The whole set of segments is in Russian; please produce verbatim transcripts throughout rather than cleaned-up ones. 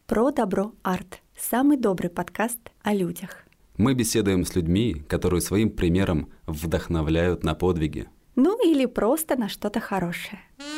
Про добро арт. Самый добрый подкаст о людях. Мы беседуем с людьми, которые своим примером вдохновляют на подвиги. Ну или просто на что-то хорошее.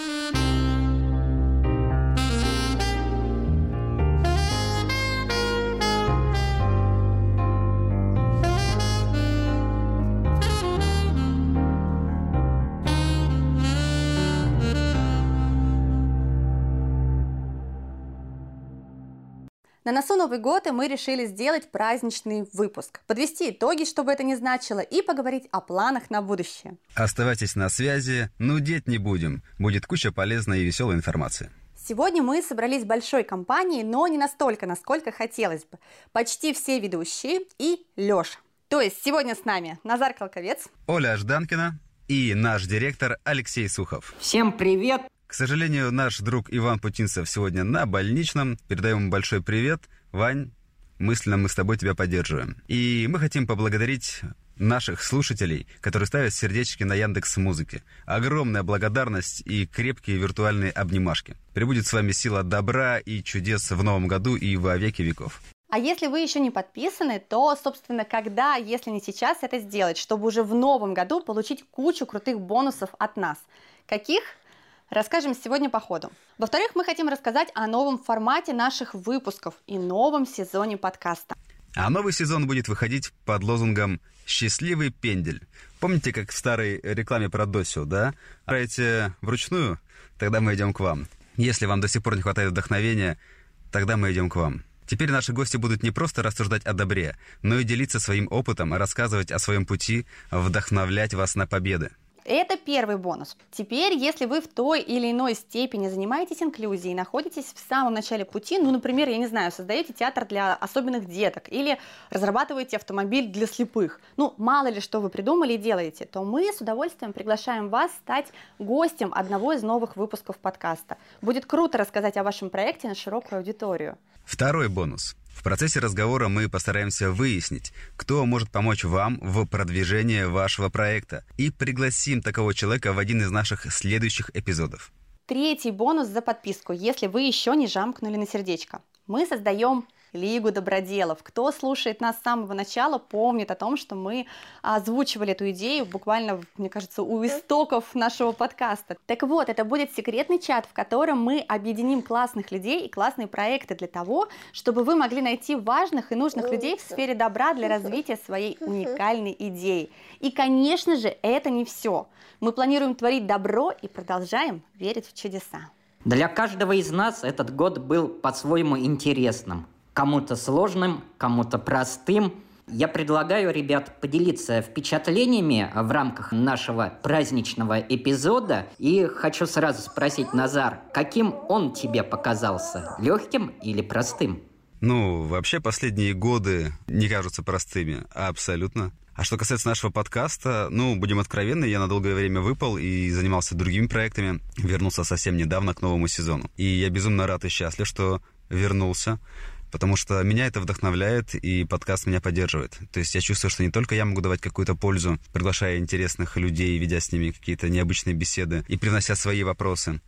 На носу Новый год, и мы решили сделать праздничный выпуск, подвести итоги, что бы это ни значило, и поговорить о планах на будущее. Оставайтесь на связи, нудеть не будем, будет куча полезной и веселой информации. Сегодня мы собрались большой компанией, но не настолько, насколько хотелось бы. Почти все ведущие и Лёша. То есть сегодня с нами Назар Колковец, Оля Жданкина и наш директор Алексей Сухов. Всем привет! К сожалению, наш друг Иван Путинцев сегодня на больничном. Передаем ему большой привет. Вань, мысленно мы с тобой тебя поддерживаем. И мы хотим поблагодарить наших слушателей, которые ставят сердечки на Яндекс.Музыке. Огромная благодарность и крепкие виртуальные обнимашки. Пребудет с вами сила добра и чудес в новом году и во веки веков. А если вы еще не подписаны, то, собственно, когда, если не сейчас, это сделать, чтобы уже в новом году получить кучу крутых бонусов от нас? Каких? Расскажем сегодня по ходу. Во-вторых, мы хотим рассказать о новом формате наших выпусков и новом сезоне подкаста. А новый сезон будет выходить под лозунгом «Счастливый пендель». Помните, как в старой рекламе про Досю, да? Играете вручную? Тогда мы идем к вам. Если вам до сих пор не хватает вдохновения, тогда мы идем к вам. Теперь наши гости будут не просто рассуждать о добре, но и делиться своим опытом, рассказывать о своем пути, вдохновлять вас на победы. Это первый бонус. Теперь, если вы в той или иной степени занимаетесь инклюзией, находитесь в самом начале пути, ну, например, я не знаю, создаете театр для особенных деток или разрабатываете автомобиль для слепых, ну, мало ли что вы придумали и делаете, то мы с удовольствием приглашаем вас стать гостем одного из новых выпусков подкаста. Будет круто рассказать о вашем проекте на широкую аудиторию. Второй бонус. В процессе разговора мы постараемся выяснить, кто может помочь вам в продвижении вашего проекта, и пригласим такого человека в один из наших следующих эпизодов. Третий бонус за подписку, если вы еще не жамкнули на сердечко. Мы создаем Лигу доброделов. Кто слушает нас с самого начала, помнит о том, что мы озвучивали эту идею буквально, мне кажется, у истоков нашего подкаста. Так вот, это будет секретный чат, в котором мы объединим классных людей и классные проекты для того, чтобы вы могли найти важных и нужных людей в сфере добра для развития своей уникальной идеи. И, конечно же, это не все. Мы планируем творить добро и продолжаем верить в чудеса. Для каждого из нас этот год был по-своему интересным. Кому-то сложным, кому-то простым. Я предлагаю, ребят, поделиться впечатлениями в рамках нашего праздничного эпизода. И хочу сразу спросить, Назар, каким он тебе показался? Легким или простым? Ну, вообще последние годы не кажутся простыми, а абсолютно. А что касается нашего подкаста, ну, будем откровенны, я на долгое время выпал и занимался другими проектами. Вернулся совсем недавно к новому сезону. И я безумно рад и счастлив, что вернулся. Потому что меня это вдохновляет, и подкаст меня поддерживает. То есть я чувствую, что не только я могу давать какую-то пользу, приглашая интересных людей, ведя с ними какие-то необычные беседы и привнося свои вопросы,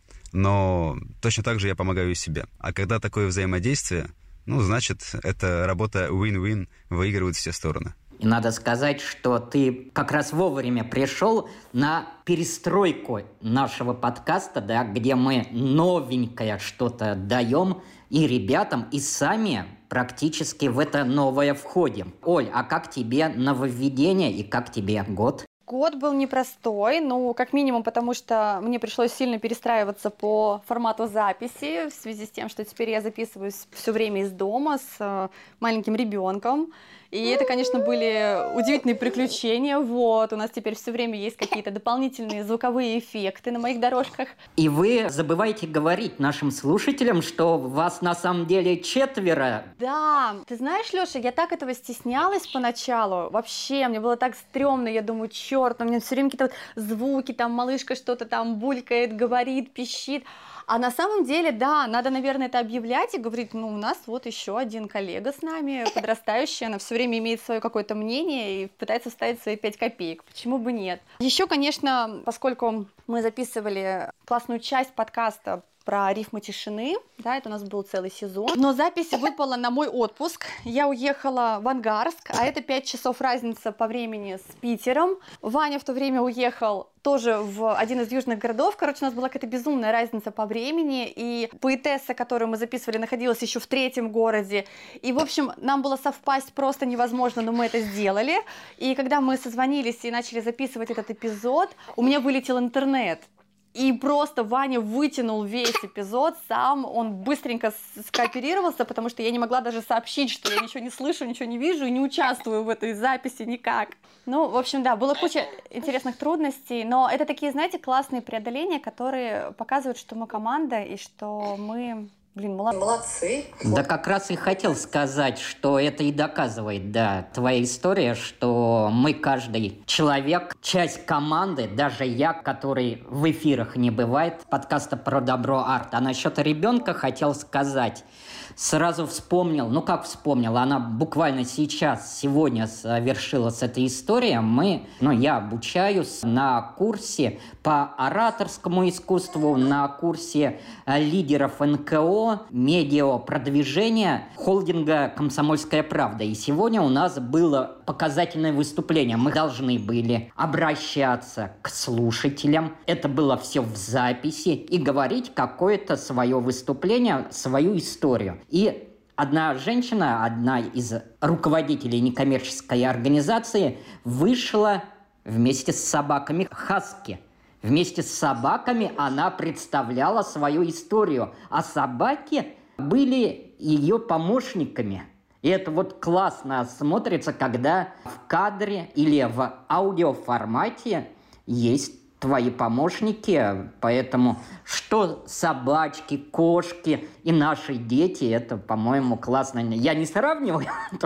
но точно так же я помогаю и себе. А когда такое взаимодействие, ну, значит, это работа win-win, выигрывают все стороны. И надо сказать, что ты как раз вовремя пришел на перестройку нашего подкаста, да, где мы новенькое что-то даем и ребятам, и сами практически в это новое входим. Оль, а как тебе нововведение и как тебе год? Год был непростой, ну, как минимум, потому что мне пришлось сильно перестраиваться по формату записи в связи с тем, что теперь я записываюсь все время из дома с маленьким ребенком. И это, конечно, были удивительные приключения. Вот, у нас теперь все время есть какие-то дополнительные звуковые эффекты на моих дорожках. И вы забываете говорить нашим слушателям, что вас на самом деле четверо. Да, ты знаешь, Леша, я так этого стеснялась поначалу. Вообще, мне было так стрёмно. Я думаю, черт, у меня все время какие-то вот звуки, там малышка что-то там булькает, говорит, пищит. А на самом деле, да, надо, наверное, это объявлять и говорить, ну, у нас вот еще один коллега с нами, подрастающая, она все время имеет свое какое-то мнение и пытается вставить свои пять копеек. Почему бы нет? Еще, конечно, поскольку мы записывали классную часть подкаста про рифмы тишины, да, это у нас был целый сезон. Но запись выпала на мой отпуск. Я уехала в Ангарск, а это пять часов разница по времени с Питером. Ваня в то время уехал тоже в один из южных городов. Короче, у нас была какая-то безумная разница по времени, и поэтесса, которую мы записывали, находилась еще в третьем городе. И, в общем, нам было совпасть просто невозможно, но мы это сделали. И когда мы созвонились и начали записывать этот эпизод, у меня вылетел интернет. И просто Ваня вытянул весь эпизод сам, он быстренько скооперировался, потому что я не могла даже сообщить, что я ничего не слышу, ничего не вижу и не участвую в этой записи никак. Ну, в общем, да, было куча интересных трудностей, но это такие, знаете, классные преодоления, которые показывают, что мы команда и что мы... Блин, молодцы. Да как раз и хотел сказать, что это и доказывает, да, твоя история, что мы каждый человек, часть команды, даже я, который в эфирах не бывает, подкаста про добро арт. А насчет ребенка хотел сказать. Сразу вспомнил, ну как вспомнил, она буквально сейчас, сегодня совершилась эта история. Мы, ну я обучаюсь на курсе по ораторскому искусству, на курсе лидеров эн ка о, медиапродвижения холдинга «Комсомольская правда». И сегодня у нас было показательное выступление. Мы должны были обращаться к слушателям. Это было все в записи. И говорить какое-то свое выступление, свою историю. И одна женщина, одна из руководителей некоммерческой организации вышла вместе с собаками хаски. Вместе с собаками она представляла свою историю, а собаки были ее помощниками. И это вот классно смотрится, когда в кадре или в аудиоформате есть твои помощники. Поэтому что собачки, кошки и наши дети, это, по-моему, классно. Я не сравниваю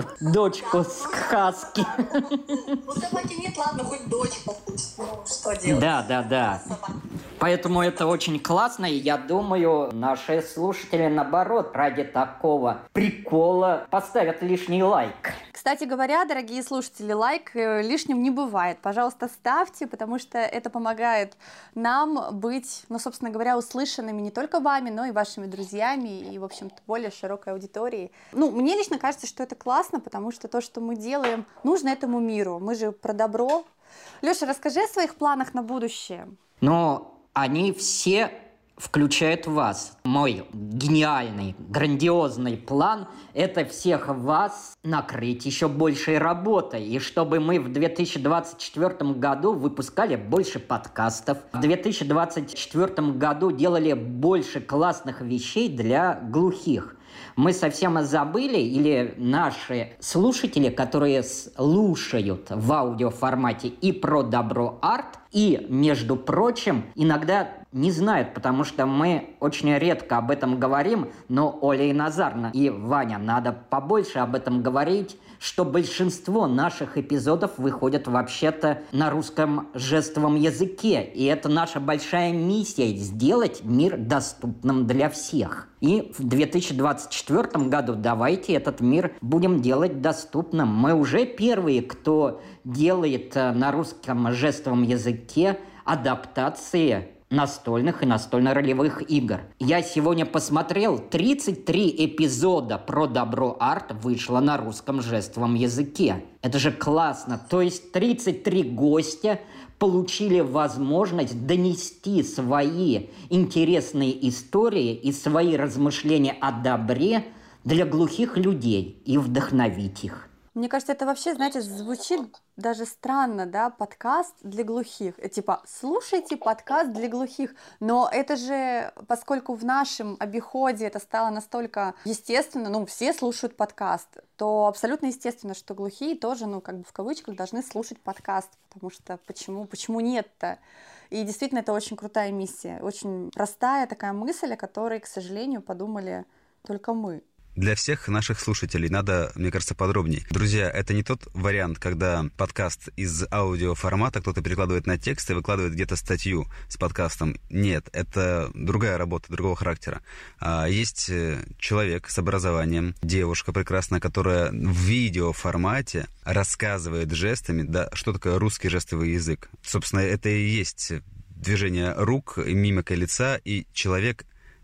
дочку с хаски. Ну, собаки нет, ладно, хоть дочка пусть. Ну, что делать? Да, да, да. Поэтому это очень классно, и я думаю, наши слушатели, наоборот, ради такого прикола поставят лишний лайк. Кстати говоря, дорогие слушатели, лайк лишним не бывает. Пожалуйста, ставьте, потому что это помогает нам быть, ну, собственно говоря, услышанными не только вами, но и вашими друзьями и, в общем-то, более широкой аудиторией. Ну, мне лично кажется, что это классно, потому что то, что мы делаем, нужно этому миру. Мы же про добро. Леша, расскажи о своих планах на будущее. Ну, они все включают вас. Мой гениальный, грандиозный план – это всех вас накрыть еще большей работой. И чтобы мы в две тысячи двадцать четвёртом году выпускали больше подкастов, в две тысячи двадцать четвёртом году делали больше классных вещей для глухих. Мы совсем забыли, или наши слушатели, которые слушают в аудиоформате и про добро арт, и, между прочим, иногда не знают, потому что мы очень редко об этом говорим, но Оля и Назар и Ваня, надо побольше об этом говорить, что большинство наших эпизодов выходят вообще-то на русском жестовом языке. И это наша большая миссия – сделать мир доступным для всех. И в две тысячи двадцать четвёртом году давайте этот мир будем делать доступным. Мы уже первые, кто делает на русском жестовом языке адаптации настольных и настольно-ролевых игр. Я сегодня посмотрел, тридцать три эпизода про добро арт вышло на русском жестовом языке. Это же классно. То есть тридцать три гостя получили возможность донести свои интересные истории и свои размышления о добре для глухих людей и вдохновить их. Мне кажется, это вообще, знаете, звучит даже странно, да, подкаст для глухих. Типа, слушайте подкаст для глухих. Но это же, поскольку в нашем обиходе это стало настолько естественно, ну, все слушают подкаст, то абсолютно естественно, что глухие тоже, ну, как бы в кавычках, должны слушать подкаст. Потому что почему, почему нет-то? И действительно, это очень крутая миссия. Очень простая такая мысль, о которой, к сожалению, подумали только мы. Для всех наших слушателей надо, мне кажется, подробнее. Друзья, это не тот вариант, когда подкаст из аудиоформата кто-то перекладывает на текст и выкладывает где-то статью с подкастом. Нет, это другая работа, другого характера. Есть человек с образованием, девушка прекрасная, которая в видеоформате рассказывает жестами, да, что такое русский жестовый язык. Собственно, это и есть движение рук, мимика лица, и человек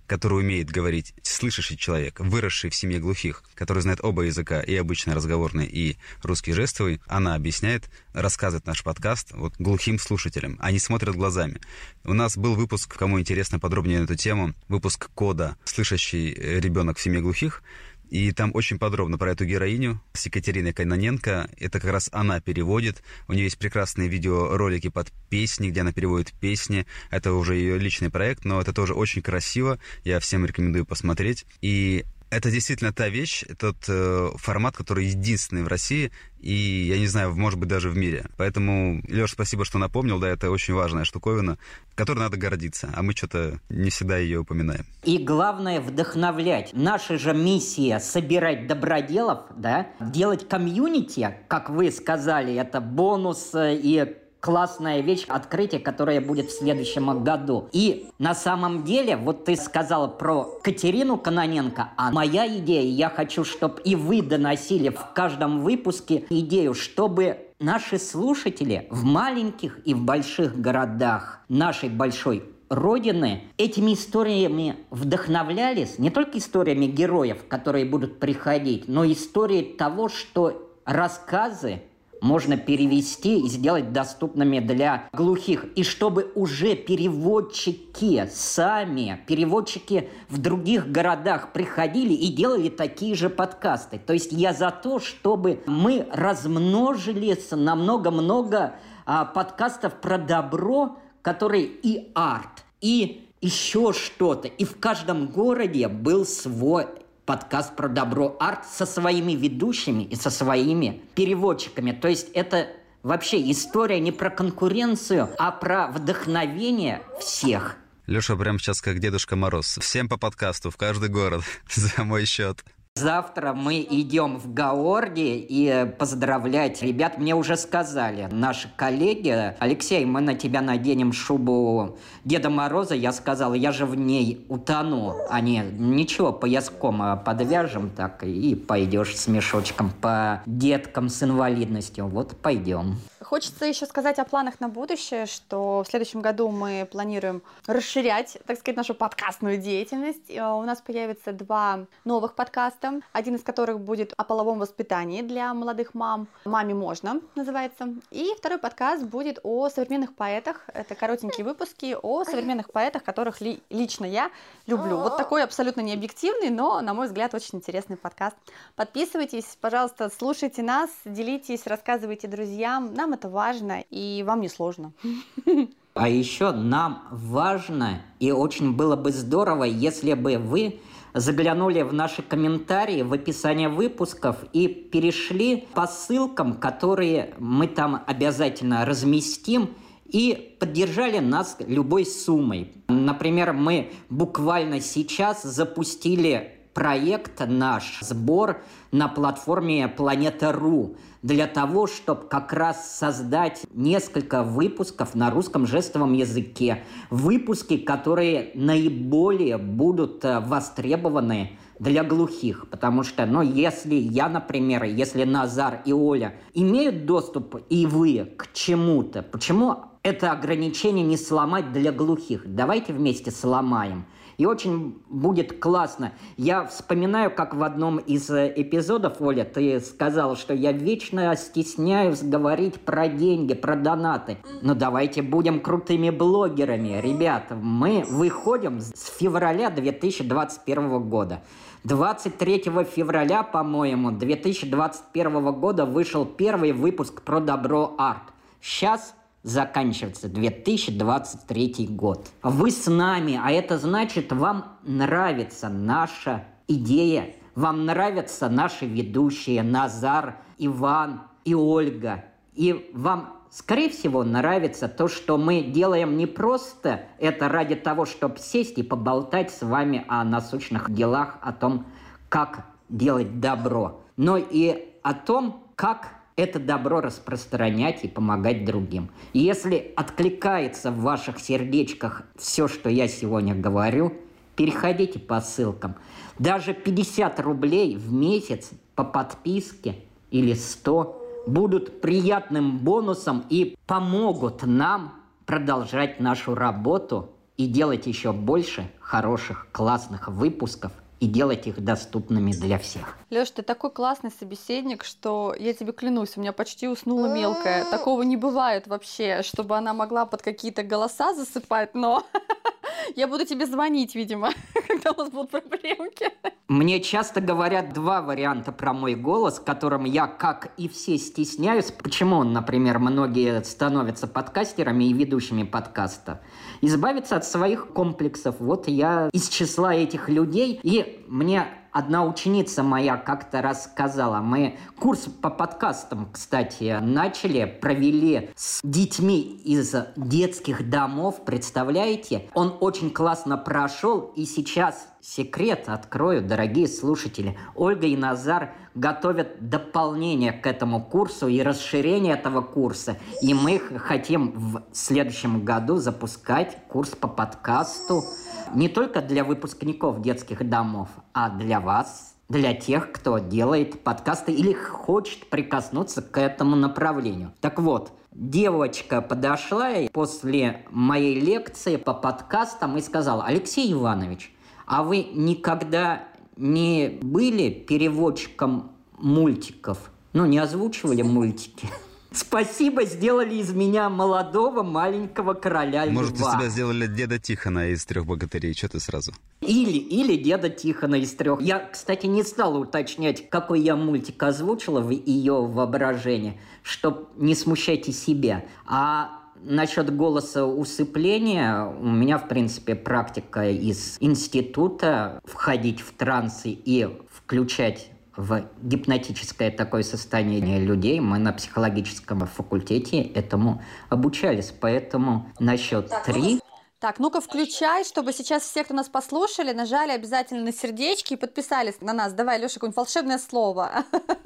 который умеет говорить слышащий человек, выросший в семье глухих, который знает оба языка, и обычный разговорный, и русский жестовый, она объясняет, рассказывает наш подкаст вот глухим слушателям. Они смотрят глазами. У нас был выпуск, кому интересно подробнее на эту тему, выпуск кода «Слышащий ребенок в семье глухих». И там очень подробно про эту героиню с Екатериной Кононенко. Это как раз она переводит. У нее есть прекрасные видеоролики под песни, где она переводит песни. Это уже ее личный проект, но это тоже очень красиво. Я всем рекомендую посмотреть. И это действительно та вещь, тот э, формат, который единственный в России и, я не знаю, может быть, даже в мире. Поэтому, Лёш, спасибо, что напомнил. Да, это очень важная штуковина, которой надо гордиться. А мы что-то не всегда ее упоминаем. И главное — вдохновлять. Наша же миссия — собирать доброделов, да, делать комьюнити, как вы сказали, это бонус и классная вещь, открытие, которое будет в следующем году. И на самом деле, вот ты сказала про Катерину Кононенко, а моя идея, я хочу, чтобы и вы доносили в каждом выпуске идею, чтобы наши слушатели в маленьких и в больших городах нашей большой Родины этими историями вдохновлялись, не только историями героев, которые будут приходить, но и историей того, что рассказы можно перевести и сделать доступными для глухих. И чтобы уже переводчики сами, переводчики в других городах приходили и делали такие же подкасты. То есть я за то, чтобы мы размножились на много-много а, подкастов про добро, которые и арт, и еще что-то. И в каждом городе был свой подкаст про добро арт со своими ведущими и со своими переводчиками. То есть это вообще история не про конкуренцию, а про вдохновение всех. Леша прямо сейчас как Дедушка Мороз. Всем по подкасту в каждый город за мой счет. Завтра мы идем в Гаорди и поздравлять ребят. Мне уже сказали наши коллеги: Алексей, мы на тебя наденем шубу Деда Мороза. Я сказал, я же в ней утону. Они, ничего, пояском подвяжем так и пойдешь с мешочком по деткам с инвалидностью. Вот пойдем. Хочется еще сказать о планах на будущее, что в следующем году мы планируем расширять, так сказать, нашу подкастную деятельность. У нас появится два новых подкаста, один из которых будет о половом воспитании для молодых мам. «Маме можно» называется. И второй подкаст будет о современных поэтах. Это коротенькие выпуски о современных поэтах, которых ли, лично я люблю. Вот такой абсолютно необъективный, но, на мой взгляд, очень интересный подкаст. Подписывайтесь, пожалуйста, слушайте нас, делитесь, рассказывайте друзьям. Нам это важно, и вам не сложно. А еще нам важно, и очень было бы здорово, если бы вы заглянули в наши комментарии, в описание выпусков и перешли по ссылкам, которые мы там обязательно разместим, и поддержали нас любой суммой. Например, мы буквально сейчас запустили проект, наш сбор на платформе Планета.ру для того, чтобы как раз создать несколько выпусков на русском жестовом языке. Выпуски, которые наиболее будут востребованы для глухих. Потому что, ну, если я, например, если Назар и Оля имеют доступ, и вы, к чему-то, почему это ограничение не сломать для глухих? Давайте вместе сломаем. И очень будет классно. Я вспоминаю, как в одном из эпизодов, Оля, ты сказала, что я вечно стесняюсь говорить про деньги, про донаты. Но давайте будем крутыми блогерами. Ребята, мы выходим с февраля две тысячи двадцать первого года. двадцать третьего февраля, по-моему, две тысячи двадцать первого года вышел первый выпуск про добро арт. Сейчас заканчивается две тысячи двадцать третий год. Вы с нами, а это значит, вам нравится наша идея, вам нравятся наши ведущие Назар, Иван и Ольга. И вам, скорее всего, нравится то, что мы делаем не просто это ради того, чтобы сесть и поболтать с вами о насущных делах, о том, как делать добро, но и о том, как это добро распространять и помогать другим. И если откликается в ваших сердечках все, что я сегодня говорю, переходите по ссылкам. Даже пятьдесят рублей в месяц по подписке или сто будут приятным бонусом и помогут нам продолжать нашу работу и делать еще больше хороших, классных выпусков и делать их доступными для всех. Лёш, ты такой классный собеседник, что я тебе клянусь, у меня почти уснула мелкая. Такого не бывает вообще, чтобы она могла под какие-то голоса засыпать, но я буду тебе звонить, видимо, когда у нас будут проблемки. Мне часто говорят два варианта про мой голос, которым я, как и все, стесняюсь. Почему, например, многие становятся подкастерами и ведущими подкаста? Избавиться от своих комплексов. Вот я из числа этих людей. И мне одна ученица моя как-то рассказала. Мы курс по подкастам, кстати, начали, провели с детьми из детских домов. Представляете? Он очень классно прошел. И сейчас секрет открою, дорогие слушатели. Ольга и Назар готовят дополнение к этому курсу и расширение этого курса. И мы хотим в следующем году запускать курс по подкасту не только для выпускников детских домов, а для вас, для тех, кто делает подкасты или хочет прикоснуться к этому направлению. Так вот, девочка подошла после моей лекции по подкастам и сказала: Алексей Иванович, а вы никогда не были переводчиком мультиков? Ну, не озвучивали мультики? Спасибо, сделали из меня молодого маленького короля льва. Может, из тебя сделали деда Тихона из «Трех богатырей», что ты сразу? Или, или деда Тихона из «Трех». Я, кстати, не стала уточнять, какой я мультик озвучила в ее воображении, чтоб не смущать и себя. А насчет голоса усыпления, у меня, в принципе, практика из института входить в трансы и включать в гипнотическое такое состояние людей. Мы на психологическом факультете этому обучались. Поэтому на счет три... Так, ну-ка включай, чтобы сейчас все, кто нас послушали, нажали обязательно на сердечки и подписались на нас. Давай, Леша, какое-нибудь волшебное слово.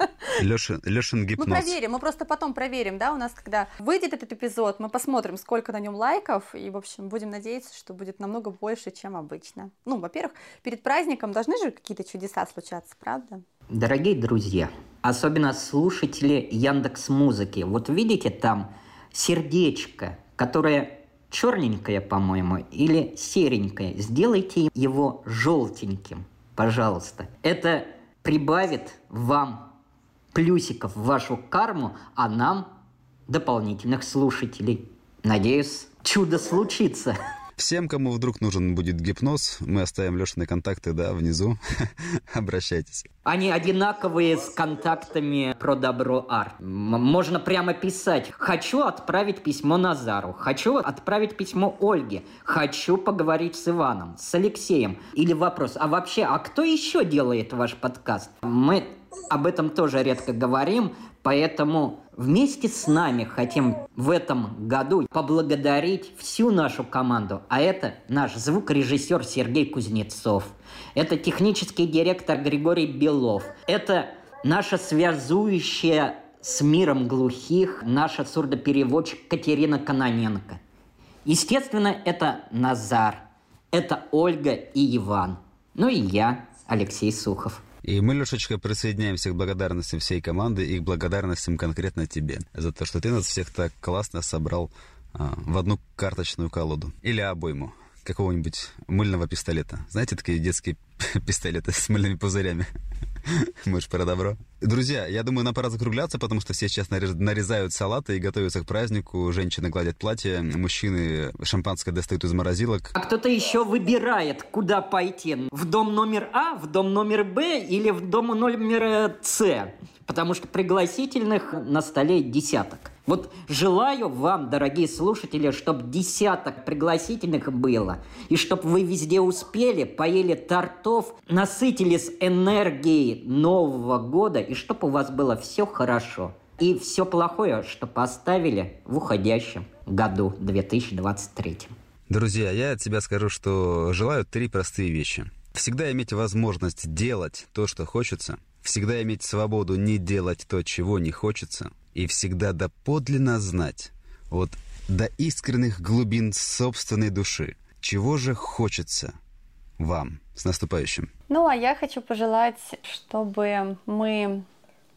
Леша, Лешин гипноз. Мы проверим, мы просто потом проверим, да, у нас, когда выйдет этот эпизод, мы посмотрим, сколько на нем лайков, и, в общем, будем надеяться, что будет намного больше, чем обычно. Ну, во-первых, перед праздником должны же какие-то чудеса случаться, правда? Дорогие друзья, особенно слушатели Яндекс.Музыки, вот видите там сердечко, которое черненькое, по-моему, или серенькое. Сделайте его желтеньким, пожалуйста. Это прибавит вам плюсиков в вашу карму, а нам дополнительных слушателей. Надеюсь, чудо случится. Всем, кому вдруг нужен будет гипноз, мы оставим Лешины контакты, да, внизу. Обращайтесь. Они одинаковые с контактами про Добро Арт. Можно прямо писать: хочу отправить письмо Назару, хочу отправить письмо Ольге, хочу поговорить с Иваном, с Алексеем. Или вопрос: а вообще, а кто еще делает ваш подкаст? Мы об этом тоже редко говорим, поэтому вместе с нами хотим в этом году поблагодарить всю нашу команду. А это наш звукорежиссер Сергей Кузнецов, это технический директор Григорий Белов, это наша связующая с миром глухих, наша сурдопереводчик Катерина Кононенко. Естественно, это Назар, это Ольга и Иван, ну и я, Алексей Сухов. И мы, Лешечка, присоединяемся к благодарности всей команды и к благодарностям конкретно тебе за то, что ты нас всех так классно собрал а, в одну карточную колоду. Или обойму какого-нибудь мыльного пистолета. Знаете, такие детские пистолеты с мыльными пузырями? Может, про добро? Друзья, я думаю, нам пора закругляться, потому что все сейчас нарезают салаты и готовятся к празднику. Женщины гладят платья, мужчины шампанское достают из морозилок. А кто-то еще выбирает, куда пойти. В дом номер А, в дом номер Б или в дом номер С. Потому что пригласительных на столе десяток. Вот желаю вам, дорогие слушатели, чтобы десяток пригласительных было. И чтобы вы везде успели, поели тортов, насытились энергией Нового года. И чтобы у вас было все хорошо. И все плохое, чтобы оставили в уходящем году две тысячи двадцать третьем. Друзья, я от себя скажу, что желаю три простые вещи. Всегда иметь возможность делать то, что хочется. Всегда иметь свободу не делать то, чего не хочется. И всегда доподлинно знать, вот до искренних глубин собственной души, чего же хочется вам. С наступающим. Ну, а я хочу пожелать, чтобы мы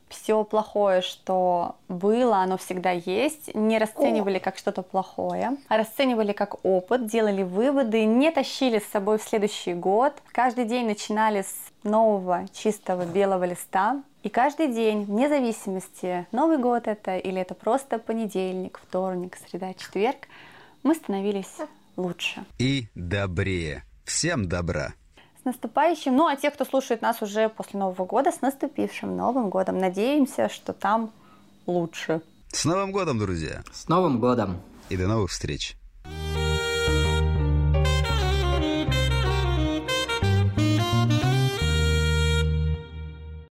все плохое, что было, оно всегда есть, не расценивали как что-то плохое, а расценивали как опыт, делали выводы, не тащили с собой в следующий год. Каждый день начинали с нового чистого белого листа. И каждый день, вне зависимости, Новый год это или это просто понедельник, вторник, среда, четверг, мы становились лучше. И добрее. Всем добра. С наступающим, ну а те, кто слушает нас уже после Нового года, с наступившим Новым годом. Надеемся, что там лучше. С Новым годом, друзья! С Новым годом! И до новых встреч!